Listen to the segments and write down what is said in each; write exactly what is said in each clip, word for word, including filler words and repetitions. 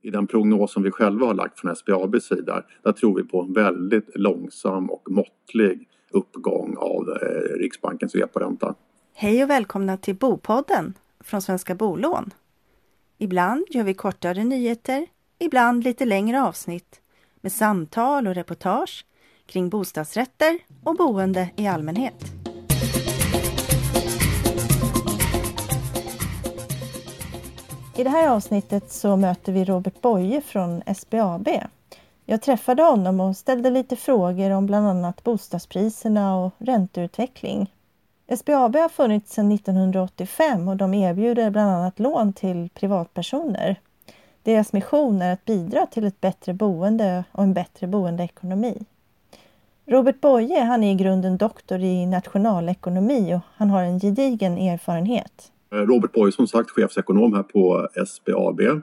I den prognos som vi själva har lagt från S B A B:s sida, där tror vi på en väldigt långsam och måttlig uppgång av eh, Riksbankens reporänta. Hej och välkomna till Bopodden från Svenska Bolån. Ibland gör vi kortare nyheter, ibland lite längre avsnitt med samtal och reportage kring bostadsrätter och boende i allmänhet. I det här avsnittet så möter vi Robert Boye från S B A B. Jag träffade honom och ställde lite frågor om bland annat bostadspriserna och ränteutveckling. S B A B har funnits sedan nittonhundraåttiofem och de erbjuder bland annat lån till privatpersoner. Deras mission är att bidra till ett bättre boende och en bättre boendeekonomi. Robert Boye, han är i grunden doktor i nationalekonomi och han har en gedigen erfarenhet. Robert Boye, som sagt, chefsekonom här på S B A B,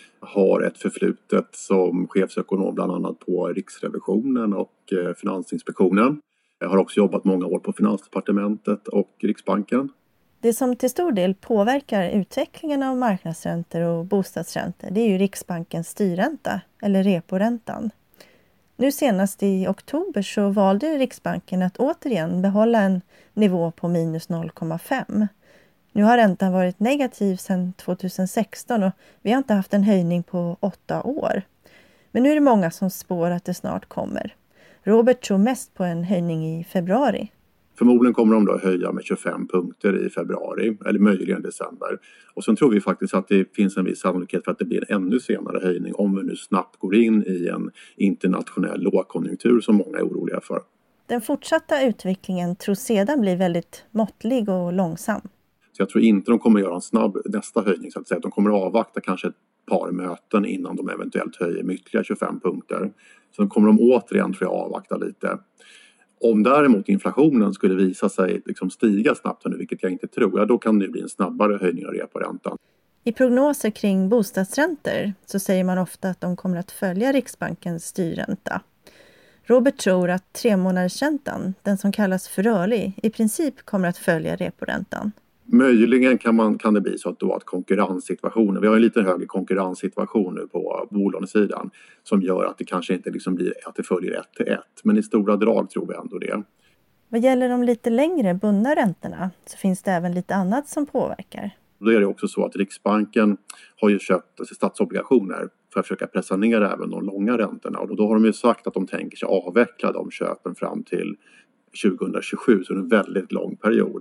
har ett förflutet som chefsekonom bland annat på Riksrevisionen och Finansinspektionen. Jag har också jobbat många år på Finansdepartementet och Riksbanken. Det som till stor del påverkar utvecklingen av marknadsräntor och bostadsräntor, det är ju Riksbankens styrränta eller reporäntan. Nu senast i oktober så valde Riksbanken att återigen behålla en nivå på minus noll komma fem. Nu har räntan varit negativ sedan tjugohundrasexton och vi har inte haft en höjning på åtta år. Men nu är det många som spår att det snart kommer. Robert tror mest på en höjning i februari. Förmodligen kommer de då höja med tjugofem punkter i februari eller möjligen december. Och sen tror vi faktiskt att det finns en viss sannolikhet för att det blir en ännu senare höjning om vi nu snabbt går in i en internationell lågkonjunktur som många är oroliga för. Den fortsatta utvecklingen tror sedan bli väldigt måttlig och långsam. Så jag tror inte de kommer göra en snabb nästa höjning, så att säga. De kommer att avvakta kanske ett par möten innan de eventuellt höjer med ytterligare tjugofem punkter. Så då kommer de återigen, tror jag, avvakta lite. Om däremot inflationen skulle visa sig liksom stiga snabbt nu, vilket jag inte tror, ja, då kan det bli en snabbare höjning av reporäntan. I prognoser kring bostadsräntor så säger man ofta att de kommer att följa Riksbankens styrränta. Robert tror att tremånadersräntan, den som kallas för rörlig, i princip kommer att följa reporäntan. Möjligen kan, man, kan det bli så att, då att konkurrenssituationen, vi har en lite högre konkurrenssituation nu på bolånesidan som gör att det kanske inte liksom blir att det följer ett till ett. Men i stora drag tror vi ändå det. Vad gäller de lite längre bundna räntorna så finns det även lite annat som påverkar. Då är det också så att Riksbanken har ju köpt alltså, statsobligationer för att försöka pressa ner även de långa räntorna. Och då har de ju sagt att de tänker sig avveckla de köpen fram till tjugohundratjugosju, så det är en väldigt lång period.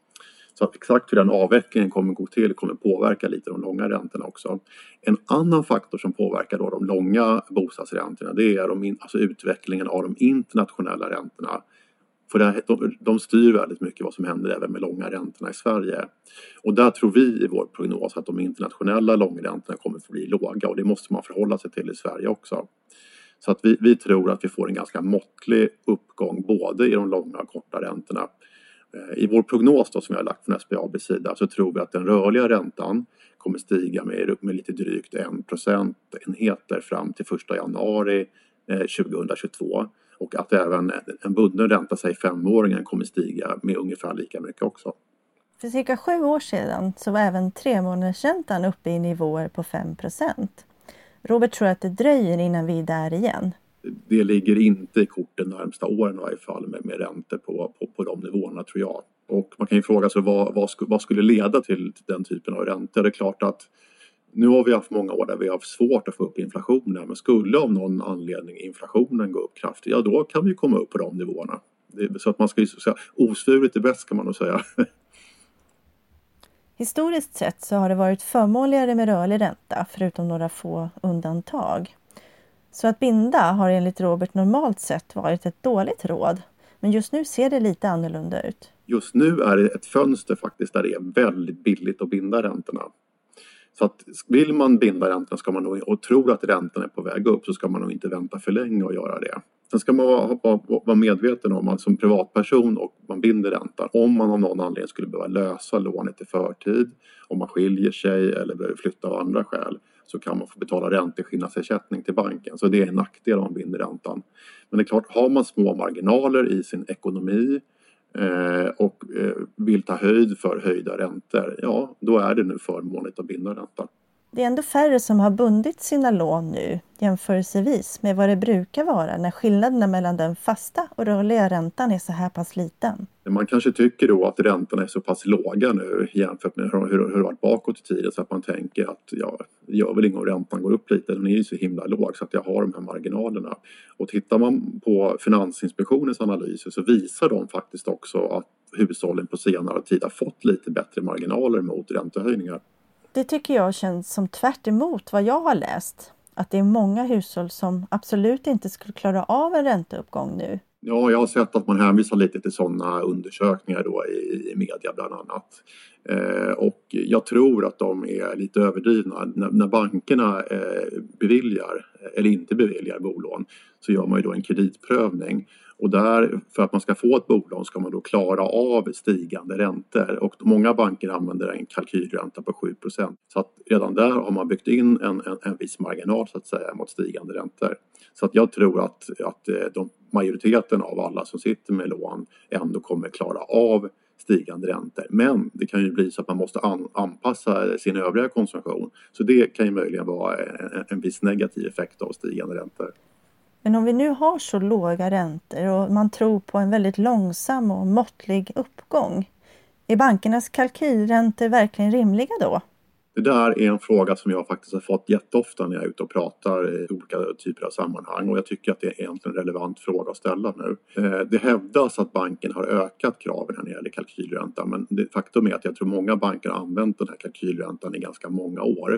Så att exakt hur den avvecklingen kommer gå till kommer påverka lite de långa räntorna också. En annan faktor som påverkar då de långa bostadsräntorna, det är de, alltså utvecklingen av de internationella räntorna. För det, de, de styr väldigt mycket vad som händer även med långa räntorna i Sverige. Och där tror vi i vår prognos att de internationella långräntorna kommer att bli låga, och det måste man förhålla sig till i Sverige också. Så att vi, vi tror att vi får en ganska måttlig uppgång både i de långa och korta räntorna. I vår prognos då, som vi har lagt från S B A B:s sida, så tror vi att den rörliga räntan kommer stiga med, med lite drygt en procentenheter fram till första januari tjugohundratjugotvå. Och att även en bunden ränta, säg femåringen, kommer stiga med ungefär lika mycket också. För cirka sju år sedan så var även tremånadersräntan uppe i nivåer på fem procent. Robert tror att det dröjer innan vi är där igen. Det ligger inte i korten de närmsta åren i varje fall med, med räntor på, på, på de nivåerna, tror jag. Och man kan ju fråga sig vad, vad, sk- vad skulle leda till den typen av räntor. Det är klart att nu har vi haft många år där vi har haft svårt att få upp inflationen. Men skulle av någon anledning inflationen gå upp kraftigt, ja då kan vi komma upp på de nivåerna. Det, så att man ska ju säga, osvuret är bäst, kan man nog säga. Historiskt sett så har det varit förmånligare med rörlig ränta, förutom några få undantag. Så att binda har enligt Robert normalt sett varit ett dåligt råd. Men just nu ser det lite annorlunda ut. Just nu är det ett fönster faktiskt där det är väldigt billigt att binda räntorna. Så att vill man binda räntorna ska man nog, och tror att räntan är på väg upp, så ska man nog inte vänta för länge och göra det. Sen ska man vara, vara, vara medveten om att som privatperson och man binder räntan, om man av någon anledning skulle behöva lösa lånet i förtid, om man skiljer sig eller behöver flytta av andra skäl, så kan man få betala ränteskillnadsersättning till banken. Så det är en nackdel om man binder räntan. Men det är klart, har man små marginaler i sin ekonomi eh, och eh, vill ta höjd för höjda räntor, ja, då är det nu förmånligt att binda räntan. Det är ändå färre som har bundit sina lån nu jämförelsevis med vad det brukar vara när skillnaderna mellan den fasta och rörliga räntan är så här pass liten. Man kanske tycker då att räntorna är så pass låga nu jämfört med hur, hur det har varit bakåt i tiden, så att man tänker att ja, det gör väl inget om räntan går upp lite, den är ju så himla låg så att jag har de här marginalerna. Och tittar man på Finansinspektionens analyser så visar de faktiskt också att hushållen på senare tid har fått lite bättre marginaler mot räntehöjningar. Det tycker jag känns som tvärt emot vad jag har läst. Att det är många hushåll som absolut inte skulle klara av en ränteuppgång nu. Ja, jag har sett att man hänvisar lite till sådana undersökningar då i, i media bland annat. Eh, och jag tror att de är lite överdrivna. När, när bankerna eh, beviljar eller inte beviljar bolån så gör man ju då en kreditprövning. Och där, för att man ska få ett bolån ska man då klara av stigande räntor. Och många banker använder en kalkylränta på sju procent. Så att redan där har man byggt in en, en, en viss marginal så att säga mot stigande räntor. Så att jag tror att, att de, majoriteten av alla som sitter med lån ändå kommer klara av stigande räntor. Men det kan ju bli så att man måste an, anpassa sin övriga konsumtion. Så det kan ju möjligen vara en, en viss negativ effekt av stigande räntor. Men om vi nu har så låga räntor och man tror på en väldigt långsam och måttlig uppgång, är bankernas kalkylräntor verkligen rimliga då? Det där är en fråga som jag faktiskt har fått jätteofta när jag är ute och pratar i olika typer av sammanhang, och jag tycker att det är egentligen en relevant fråga att ställa nu. Det hävdas att banken har ökat kraven när det gäller kalkylräntan, men det faktum är att jag tror många banker har använt den här kalkylräntan i ganska många år.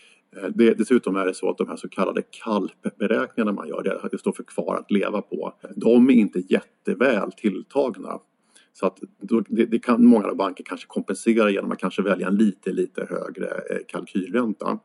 Det, dessutom är det så att de här så kallade K A L P-beräkningarna man gör, det står för kvar att leva på, de är inte jätteväl tilltagna. Så att det, det kan många banker kanske kompensera genom att kanske välja en lite, lite högre kalkylränta.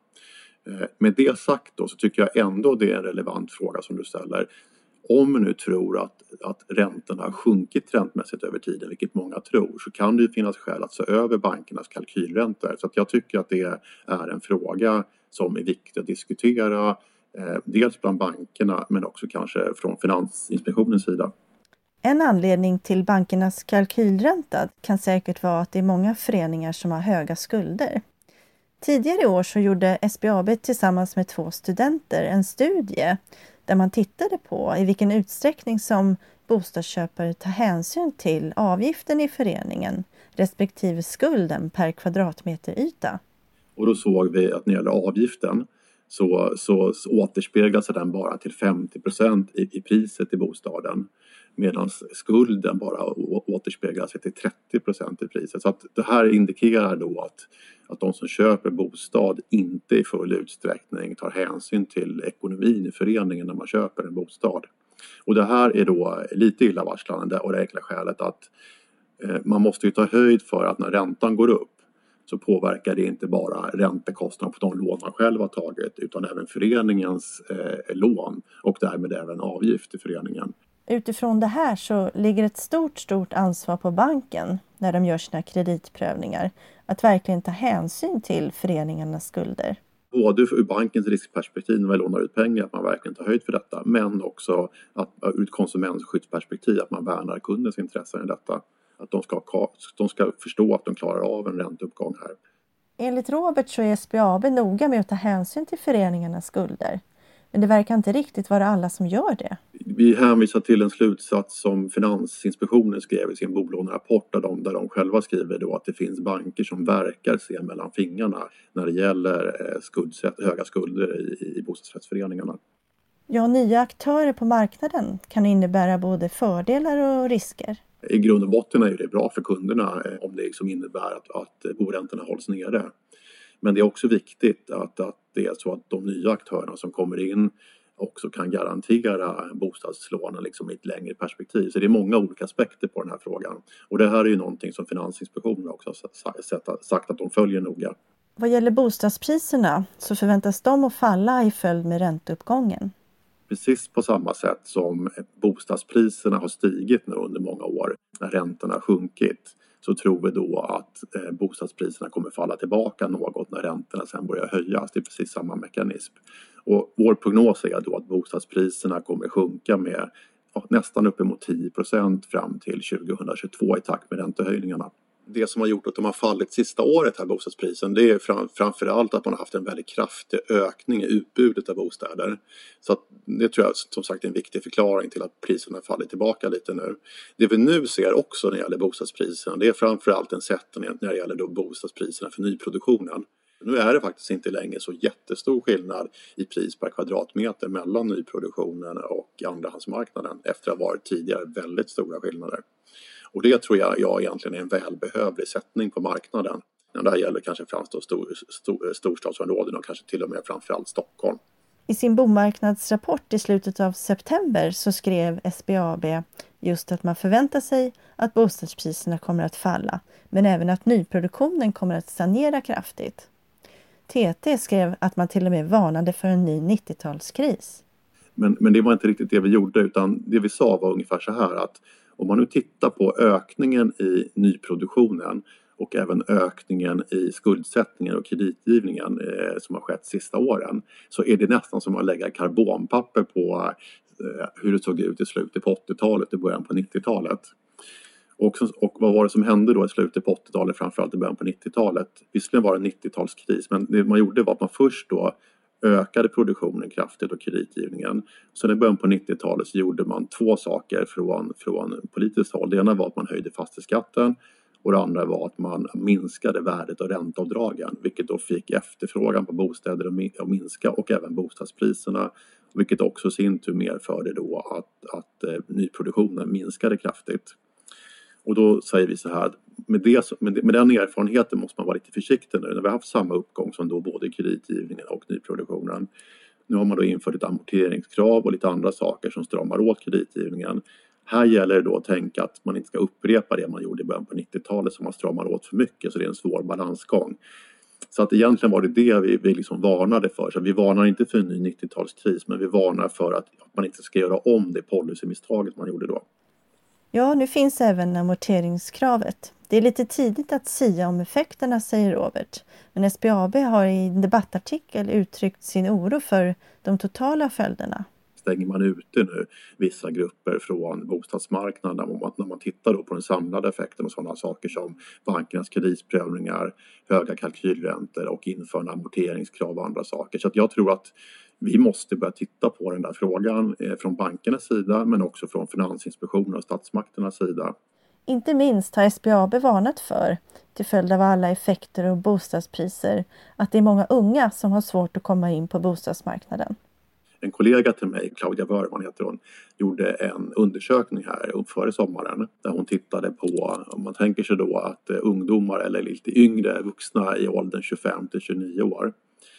Med det sagt då så tycker jag ändå det är en relevant fråga som du ställer. Om man nu tror att, att räntorna har sjunkit trendmässigt över tiden, vilket många tror, så kan det ju finnas skäl att se över bankernas kalkylräntor. Så att jag tycker att det är en fråga som är viktig att diskutera, eh, dels bland bankerna men också kanske från Finansinspektionens sida. En anledning till bankernas kalkylränta kan säkert vara att det är många föreningar som har höga skulder. Tidigare i år så gjorde S B A B tillsammans med två studenter en studie där man tittade på i vilken utsträckning som bostadsköpare tar hänsyn till avgiften i föreningen respektive skulden per kvadratmeter yta. Och då såg vi att när det gäller avgiften så, så, så återspeglas den bara till femtio procent i, i priset i bostaden. Medan skulden bara återspeglar sig till trettio procent i priset. Så att det här indikerar då att, att de som köper bostad inte i full utsträckning tar hänsyn till ekonomin i föreningen när man köper en bostad. Och det här är då lite illavarslande och det enkla skälet att eh, man måste ju ta höjd för att när räntan går upp så påverkar det inte bara räntekostnaden på de lån man själv har tagit utan även föreningens eh, lån och därmed även avgift i föreningen. Utifrån det här så ligger ett stort, stort ansvar på banken när de gör sina kreditprövningar att verkligen ta hänsyn till föreningarnas skulder. Både ur bankens riskperspektiv när man lånar ut pengar att man verkligen tar höjd för detta, men också att ur ett konsumentskyddsperspektiv att man värnar kundens intressen i detta. Att de ska, de ska förstå att de klarar av en ränteuppgång här. Enligt Robert så är S B A B noga med att ta hänsyn till föreningarnas skulder. Men det verkar inte riktigt vara alla som gör det. Vi hänvisar till en slutsats som Finansinspektionen skrev i sin bolånerapport där de, där de själva skriver då att det finns banker som verkar se mellan fingrarna när det gäller skuldsätt, höga skulder i, i bostadsrättsföreningarna. Ja, nya aktörer på marknaden kan innebära både fördelar och risker. I grund och botten är det bra för kunderna om det liksom innebär att, att boräntorna hålls nere. Men det är också viktigt att, att det är så att de nya aktörerna som kommer in också kan garantera bostadslånen liksom i ett längre perspektiv. Så det är många olika aspekter på den här frågan. Och det här är ju någonting som Finansinspektionen också har sagt att de följer noga. Vad gäller bostadspriserna så förväntas de att falla i följd med ränteuppgången. Precis på samma sätt som bostadspriserna har stigit nu under många år när räntorna har sjunkit, så tror vi då att eh, bostadspriserna kommer falla tillbaka något när räntorna sen börjar höjas. Det är precis samma mekanism. Och vår prognos är då att bostadspriserna kommer sjunka med ja, nästan uppemot tio procent fram till tjugohundratjugotvå i takt med räntehöjningarna. Det som har gjort att de har fallit sista året här bostadsprisen, det är fram, framförallt att man har haft en väldigt kraftig ökning i utbudet av bostäder. Så att det tror jag som sagt är en viktig förklaring till att priserna har fallit tillbaka lite nu. Det vi nu ser också när det gäller bostadspriserna, det är framförallt en sättning när det gäller då bostadspriserna för nyproduktionen. Nu är det faktiskt inte längre så jättestor skillnad i pris per kvadratmeter mellan nyproduktionen och andrahandsmarknaden efter att ha varit tidigare väldigt stora skillnader. Och det tror jag, jag egentligen är en välbehövlig sättning på marknaden. Det här gäller kanske främst stor, stor, storstadsområden och kanske till och med framförallt Stockholm. I sin bomarknadsrapport i slutet av september så skrev S B A B just att man förväntar sig att bostadspriserna kommer att falla, men även att nyproduktionen kommer att stagnera kraftigt. T T skrev att man till och med varnade för en ny nittiotalskris. Men, men det var inte riktigt det vi gjorde, utan det vi sa var ungefär så här att om man nu tittar på ökningen i nyproduktionen och även ökningen i skuldsättningen och kreditgivningen eh, som har skett sista åren, så är det nästan som att lägga karbonpapper på eh, hur det såg ut i slutet på åttiotalet och början på nittiotalet. Och, och vad var det som hände då i slutet på åttiotalet, framförallt i början på nittiotalet? Visserligen var det en nittiotalskris, men det man gjorde var att man först då ökade produktionen kraftigt och kreditgivningen. Sen i början på nittiotalet så gjorde man två saker från, från politiskt håll. Det ena var att man höjde fastighetsskatten och det andra var att man minskade värdet av ränteavdragen, vilket då fick efterfrågan på bostäder att minska och även bostadspriserna, vilket också sin tur medförde då att, att eh, nyproduktionen minskade kraftigt. Och då säger vi så här, med, det, med, med den erfarenheten måste man vara lite försiktig nu när vi har haft samma uppgång som då både kreditgivningen och nyproduktionen. Nu har man då infört ett amorteringskrav och lite andra saker som stramar åt kreditgivningen. Här gäller det då att tänka att man inte ska upprepa det man gjorde i början på nittiotalet som man stramar åt för mycket, så det är en svår balansgång. Så att egentligen var det det vi, vi liksom varnade för. Så vi varnar inte för en ny nittiotalskris, men vi varnar för att man inte ska göra om det policymisstaget man gjorde då. Ja, nu finns även amorteringskravet. Det är lite tidigt att sia om effekterna, säger Robert. Men S B A B har i en debattartikel uttryckt sin oro för de totala följderna. Stänger man ute nu vissa grupper från bostadsmarknaden när man, när man tittar då på den samlade effekten och sådana saker som bankernas kreditprövningar, höga kalkylräntor och införande amorteringskrav och andra saker. Så att jag tror att vi måste börja titta på den där frågan eh, från bankernas sida, men också från Finansinspektionen och statsmakternas sida. Inte minst har S B A B varnat för, till följd av alla effekter och bostadspriser, att det är många unga som har svårt att komma in på bostadsmarknaden. En kollega till mig, Claudia Wörman heter hon, gjorde en undersökning här före sommaren där hon tittade på, om man tänker sig då att ungdomar eller lite yngre vuxna i åldern tjugofem till tjugonio år,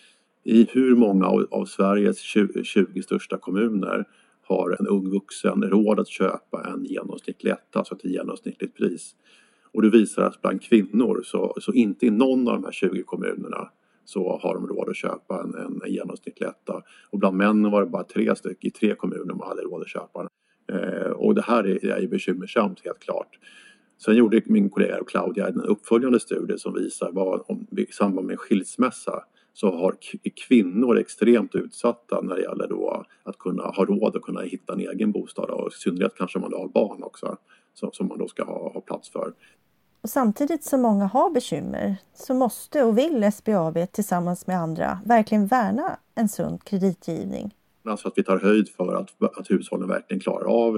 i hur många av Sveriges tjugo största kommuner har en ung vuxen råd att köpa en genomsnittlig etta, alltså ett genomsnittligt pris. Och det visar att bland kvinnor så, så inte i någon av de här tjugo kommunerna så har de råd att köpa en, en genomsnittlig etta. Och bland männen var det bara tre stycken i tre kommuner man hade råd att köpa den. Eh, och det här är, är ju bekymmersamt helt klart. Sen gjorde min kollega Claudia en uppföljande studie som visar vad om, i samband med skilsmässa så har kvinnor extremt utsatta när det gäller då att kunna ha råd att kunna hitta en egen bostad, och i synnerhet kanske man har barn också som, som man då ska ha, ha plats för. Och samtidigt som många har bekymmer så måste och vill S B A B tillsammans med andra verkligen värna en sund kreditgivning. Alltså att vi tar höjd för att, att hushållen verkligen klarar av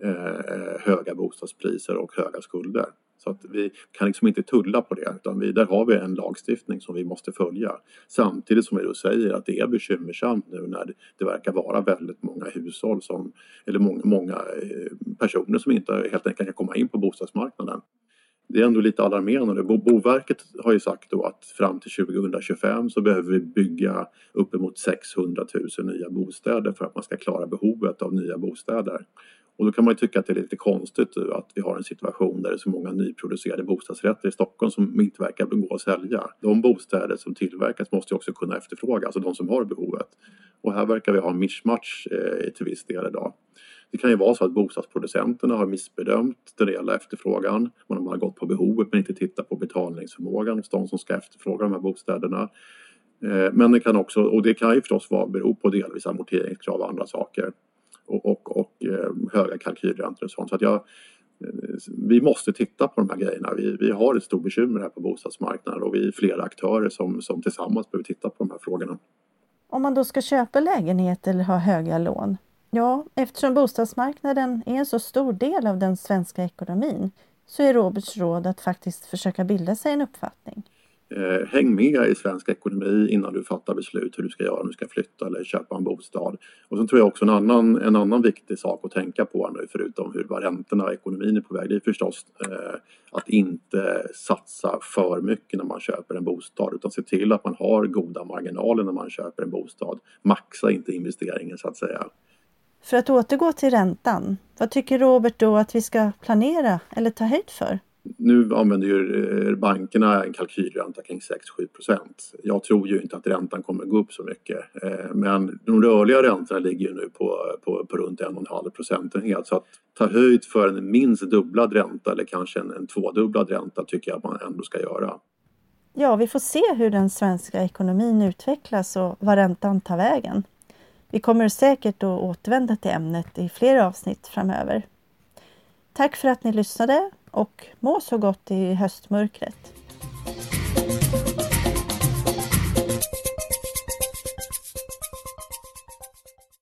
eh, höga bostadspriser och höga skulder. Så att vi kan liksom inte tulla på det, utan vi, där har vi en lagstiftning som vi måste följa. Samtidigt som vi då säger att det är bekymmersamt nu när det verkar vara väldigt många hushåll som, eller många, många personer som inte helt enkelt kan komma in på bostadsmarknaden. Det är ändå lite alarmerande. Boverket har ju sagt då att fram till tjugo tjugofem så behöver vi bygga uppemot sexhundratusen nya bostäder för att man ska klara behovet av nya bostäder. Och då kan man ju tycka att det är lite konstigt att vi har en situation där det är så många nyproducerade bostadsrätter i Stockholm som inte verkar gå att sälja. De bostäder som tillverkas måste ju också kunna efterfrågas, alltså de som har behovet. Och här verkar vi ha en mismatch eh, till viss del idag. Det kan ju vara så att bostadsproducenterna har missbedömt den reella efterfrågan. Man har bara gått på behovet men inte tittat på betalningsförmågan hos de som ska efterfråga de här bostäderna. Men det kan också, och det kan ju förstås vara bero på delvis amorteringskrav och andra saker. Och, och, och höga kalkylräntor och sånt. Så att jag, vi måste titta på de här grejerna. Vi, vi har ett stort bekymmer här på bostadsmarknaden och vi är flera aktörer som, som tillsammans behöver titta på de här frågorna. Om man då ska köpa lägenhet eller ha höga lån, ja, eftersom bostadsmarknaden är en så stor del av den svenska ekonomin så är Roberts råd att faktiskt försöka bilda sig en uppfattning. Eh, häng med i svensk ekonomi innan du fattar beslut hur du ska göra, om du ska flytta eller köpa en bostad. Och sen tror jag också en annan, en annan viktig sak att tänka på nu, förutom hur räntorna och ekonomin är på väg, det är förstås eh, att inte satsa för mycket när man köper en bostad, utan se till att man har goda marginaler när man köper en bostad. Maxa inte investeringen så att säga. För att återgå till räntan, vad tycker Robert då att vi ska planera eller ta höjd för? Nu använder ju bankerna en kalkylränta kring sex till sju procent. Jag tror ju inte att räntan kommer gå upp så mycket. Men de rörliga räntorna ligger ju nu på, på, på runt en komma fem procentenhet. Så att ta höjd för en minst dubblad ränta eller kanske en, en tvådubblad ränta tycker jag att man ändå ska göra. Ja, vi får se hur den svenska ekonomin utvecklas och vad räntan tar vägen. Vi kommer säkert att återvända till ämnet i flera avsnitt framöver. Tack för att ni lyssnade och må så gott i höstmörkret.